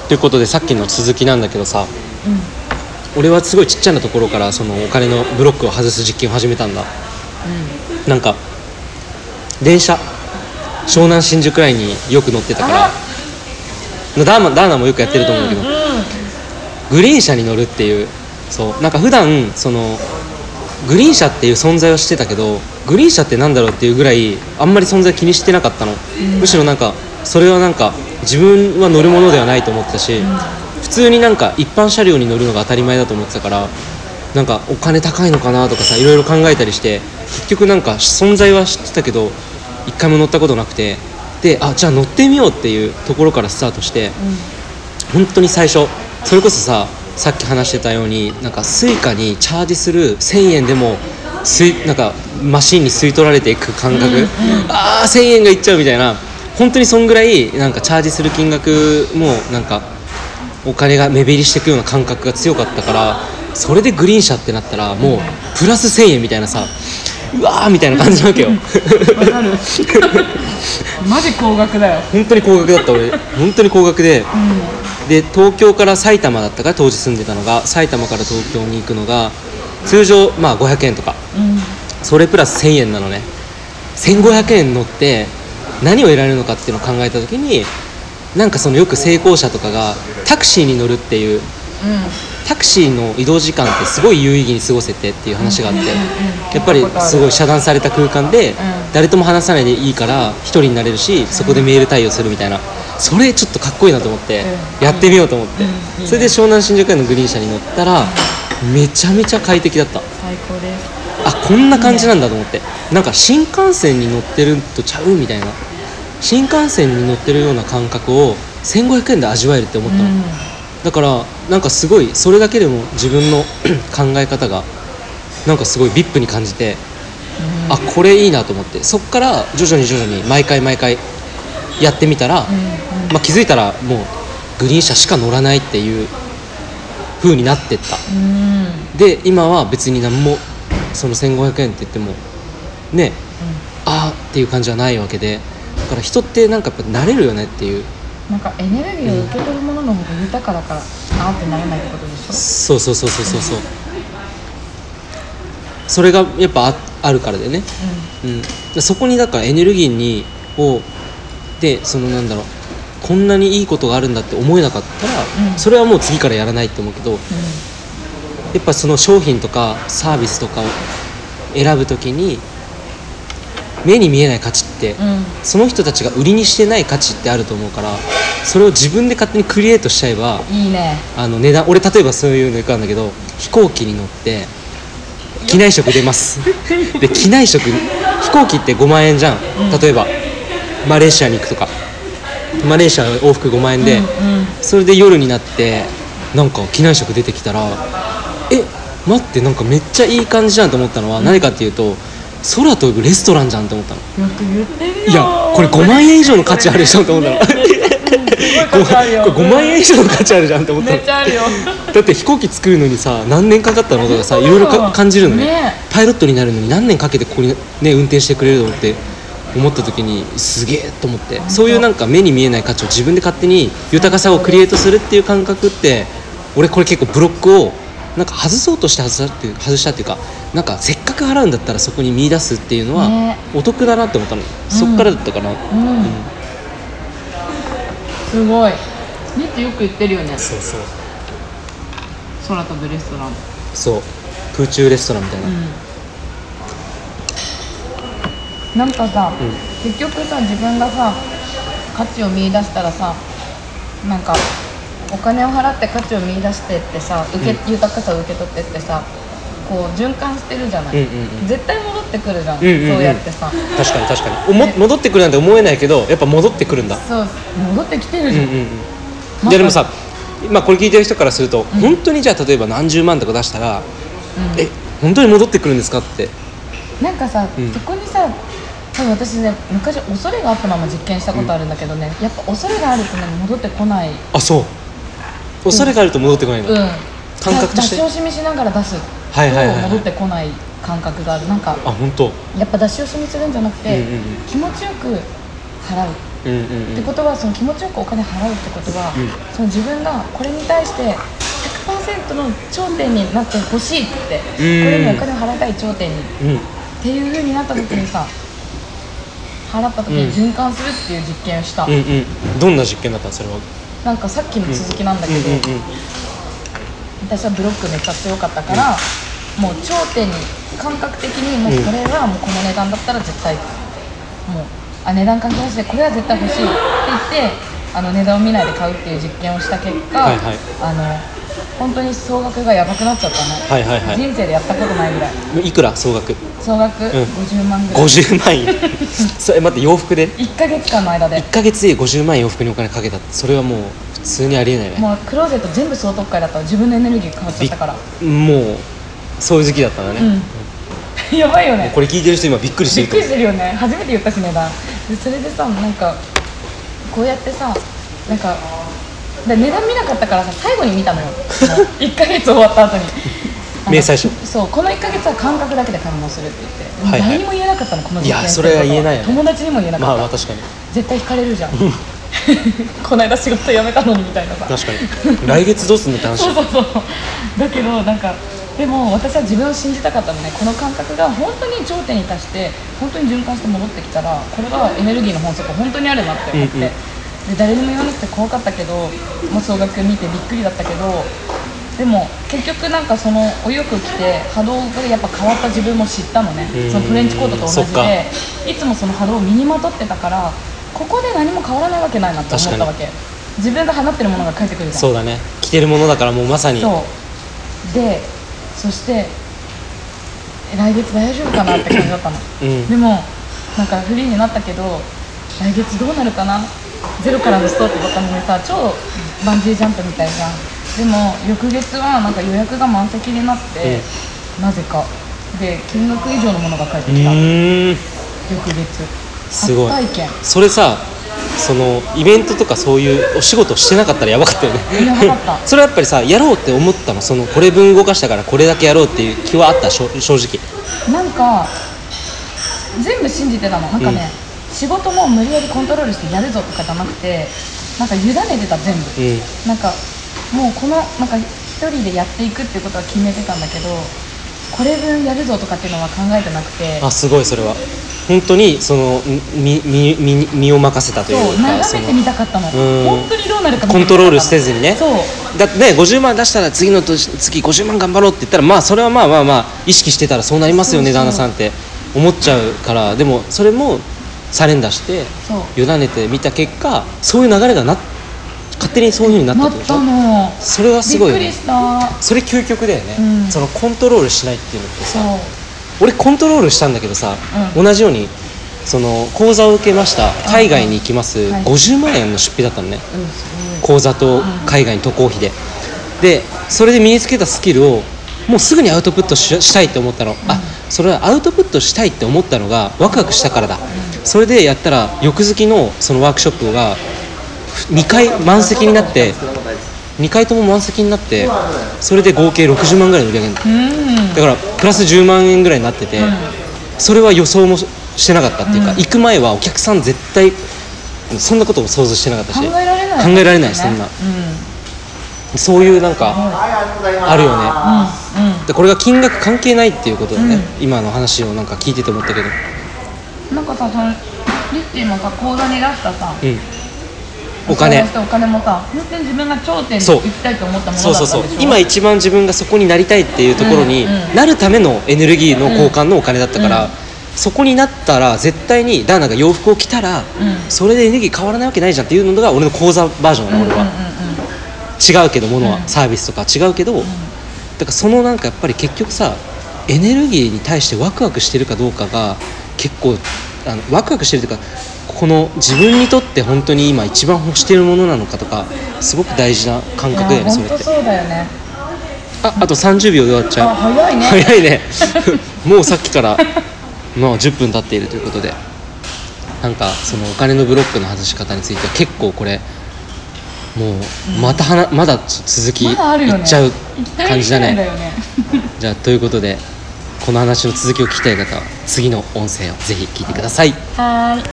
ということでさっきの続きなんだけどさ、俺はすごいちっちゃなところからそのお金のブロックを外す実験を始めたんだ。なんか電車湘南新宿ラインによく乗ってたからダーナもよくやってると思うけど、グリーン車に乗るっていう、そうなんか普段そのグリーン車っていう存在はしてたけど、グリーン車ってなんだろうっていうぐらいあんまり存在気にしてなかったの、むしろなんかそれはなんか自分は乗るものではないと思ってたし、普通になんか一般車両に乗るのが当たり前だと思ってたから、なんかお金高いのかなとかさいろいろ考えたりして、結局なんか存在は知ってたけど一回も乗ったことなくて、でじゃあ乗ってみようっていうところからスタートして、本当に最初それこそさっき話してたようになんかスイカにチャージする1000円でもなんかマシンに吸い取られていく感覚、1000円がいっちゃうみたいな、本当にそんぐらいなんかチャージする金額もなんかお金が目減りしていくような感覚が強かったから、それでグリーン車ってなったらもうプラス1000円みたいなさ、うわーみたいな感じなわけよ。わかるマジ高額だよ。 本当に高額だった俺、本当に高額で、で東京から埼玉だったから当時住んでたのが、埼玉から東京に行くのが通常まあ500円とか、それプラス1000円なのね。1500円乗って何を得られるのかっていうのを考えた時に、なんかそのよく成功者とかがタクシーに乗るっていう、タクシーの移動時間ってすごい有意義に過ごせてっていう話があって、やっぱりすごい遮断された空間で誰とも話さないでいいから一人になれるし、そこでメール対応するみたいな、それちょっとかっこいいなと思ってやってみようと思って、それで湘南新宿のグリーン車に乗ったらめちゃめちゃ快適だった。 最高です。 こんな感じなんだと思って、なんか新幹線に乗ってるとちゃうみたいな、新幹線に乗ってるような感覚を1500円で味わえるって思ったの、だからなんかすごいそれだけでも自分の考え方がなんかすごいVIPに感じて、これいいなと思って、そっから徐々に毎回やってみたら、気づいたらもうグリーン車しか乗らないっていう風になってった、で今は別に何もその1500円って言ってもね、っていう感じはないわけで、だから人ってなんかやっぱ慣れるよねっていう、 なんかエネルギーを受け取るものの方が豊かだからってならないってことでしょ。 そうそれがやっぱあるからだよね、そこにだからエネルギーでそのなんだろう、こんなにいいことがあるんだって思えなかったら、それはもう次からやらないって思うけど、やっぱその商品とかサービスとかを選ぶときに目に見えない価値って、その人たちが売りにしてない価値ってあると思うから、それを自分で勝手にクリエイトしちゃえばいいね。 値段、俺例えばそういうのよくあるんだけど、飛行機に乗って機内食出ますで機内食、飛行機って5万円じゃん、例えばマレーシアに行くとか、マレーシア往復5万円で、それで夜になってなんか機内食出てきたら、待って、なんかめっちゃいい感じじゃんと思ったのは何かっていうと、空飛ぶレストランじゃんと思ったの。 よく言ってるよ。 いやこれ5万円以上の価値あるでしょと思ったのこれ5万円以上の価値あるじゃんと思ったの。 めっちゃあるよ。 だって飛行機作るのにさ何年かかったのとかさ、いろいろ感じるのね。パイロットになるのに何年かけてここにね運転してくれるのって思った時にすげえと思って、そういうなんか目に見えない価値を自分で勝手に豊かさをクリエイトするっていう感覚って、俺これ結構ブロックをなんか外そうとして外したっていうか、なんかせっかく払うんだったらそこに見出すっていうのはお得だなって思ったの、そっからだったかな。 すごい。リッチよく言ってるよね。 そう空飛ぶレストラン。 そう空中レストランみたいな、 なんかさ、結局さ自分がさ価値を見出したらさ、なんかお金を払って価値を見出してってさ、豊かさを受け取ってってさ、こう循環してるじゃない、絶対戻ってくるじゃん、そうやってさ。 確かに戻ってくるなんて思えないけど、やっぱ戻ってくるんだ。 そう戻ってきてるじゃん、 いやでもさ、これ聞いてる人からすると、本当にじゃあ例えば何十万とか出したら、本当に戻ってくるんですかって、なんかさ、そこにさ、多分私ね、昔恐れがあったまま実験したことあるんだけどね、やっぱ恐れがあるとね戻ってこない。 そう恐れがあると戻ってこないの、感覚として出し惜しみしながら出すと戻ってこない感覚がある。なんか本当、 やっぱ出し惜しみするんじゃなくて、気持ちよく払うっってことは、その気持ちよくお金払うってことは、その自分がこれに対して100% の頂点になってほしいって、これにお金を払いたい頂点に、っていう風になった時にさ、払った時に循環するっていう実験をした。 どんな実験だったのそれは。 なんかさっきの続きなんだけど、私はブロックめっちゃ強かったから、もう頂点に感覚的にもうこれはもうこの値段だったら絶対もう値段関係なしでこれは絶対欲しいって言って値段を見ないで買うっていう実験をした結果、本当に総額がやばくなっちゃったの、人生でやったことないぐらい。 いくら総額 50万ぐらい。 50万円それ待って、洋服で 1ヶ月間の間で 1ヶ月で50万円洋服にお金かけたって、それはもう普通にありえないね。 もうクローゼット全部総特価だったら自分のエネルギー変わっちゃったから、 もうそういう時期だったんだね、 やばいよね。 これ聞いてる人今びっくりしてると思う。 びっくりしてるよね。初めて言ったし値段で、それでさ、なんかこうやってさ、なんか値段見なかったからさ、最後に見たのよ1ヶ月終わった後に明細書。 そう、この1ヶ月は感覚だけで買い物するって言って、誰にも言えなかったの、この実験。 いや、それは言えないよね。 友達にも言えなかった。 まあ確かに絶対惹かれるじゃんこの間仕事辞めたのにみたいなさ。 確かに来月どうすんのって話そうだけど、なんかでも私は自分を信じたかったのね。この感覚が本当に頂点に達して本当に循環して戻ってきたら、これがエネルギーの本則本当にあるなって思って、で誰にも言わなくて怖かったけど、総額見てびっくりだったけど、でも結局なんかそのお洋服着て波動がやっぱ変わった自分も知ったのね。そのトレンチコートと同じで、いつもその波動を身にまとってたから、ここで何も変わらないわけないなって思ったわけ。自分が放ってるものが返ってくるじゃん。 そうだね、着てるものだからもうまさに。 そうで、そして来月大丈夫かなって感じだったの、でもなんかフリーになったけど、来月どうなるかな、ゼロからのスタートだったのにさ、超バンジージャンプみたいじゃん。でも翌月はなんか予約が満席になって、なぜかで金額以上のものが返ってきた。翌月すごい。 初体験。 それさ、そのイベントとかそういうお仕事してなかったらやばかったよね。 やばかったそれはやっぱりさ、やろうって思ったの、そのこれ分動かしたからこれだけやろうっていう気はあった？正直なんか全部信じてたの。なんかね、仕事も無理やりコントロールしてやるぞとかじゃなくて、なんか委ねてた全部、なんかもうこのなんか一人でやっていくっていうことは決めてたんだけど、これ分やるぞとかっていうのは考えてなくて。 すごい。それは本当にその身を任せたというか、 眺めてみたかったの。本当にどうなるかコントロールせずにね。 そうだってね、50万出したら次の月50万頑張ろうって言ったら、まあそれはまあ意識してたらそうなりますよね、旦那さんって思っちゃうから。でもそれもサレンダーして委ねてみた結果、そういう流れが勝手にそういう風になったってことでしょ。それはすごいよね。 びっくりした。 それ究極だよね、そのコントロールしないっていうのってさ。俺コントロールしたんだけどさ、同じようにその講座を受けました、海外に行きます、50万円の出費だったのね、講座と海外に渡航費で、それで身につけたスキルをもうすぐにアウトプットしたいって思ったの、それはアウトプットしたいって思ったのがワクワクしたからだ。それでやったら翌月のそのワークショップが2回満席になって、2回とも満席になって、それで合計60万ぐらいの売り上げだからプラス10万円ぐらいになってて、それは予想もしてなかったっていうか、行く前はお客さん絶対そんなことを想像してなかったし、考えられない、そんな、そういうなんかあるよね、でこれが金額関係ないっていうことだね、今の話をなんか聞いてて思ったけど、 なんかさ、そのリッチーもさ、口座に出したさ、 お金もさ、本当に自分が頂点に行きたいと思ったものだったんでしょ。 今一番自分がそこになりたいっていうところになるためのエネルギーの交換のお金だったから、そこになったら絶対にダーナが洋服を着たら、それでエネルギー変わらないわけないじゃんっていうのが俺の講座バージョンなの、俺は。違うけど物は、サービスとか違うけど、だからそのなんかやっぱり結局さ、エネルギーに対してワクワクしてるかどうかが結構ワクワクしてるというか、この自分にとって本当に今一番欲しているものなのかとか、すごく大事な感覚だよね、それって。 本当そうだよね。 あと30秒で終わっちゃう。 早いね。 早いねもうさっきからもう10分経っているということで、なんかそのお金のブロックの外し方については結構これもうまだ続きいっちゃう感じだね。じゃあということで、この話の続きを聞きたい方は次の音声をぜひ聞いてください。 はい。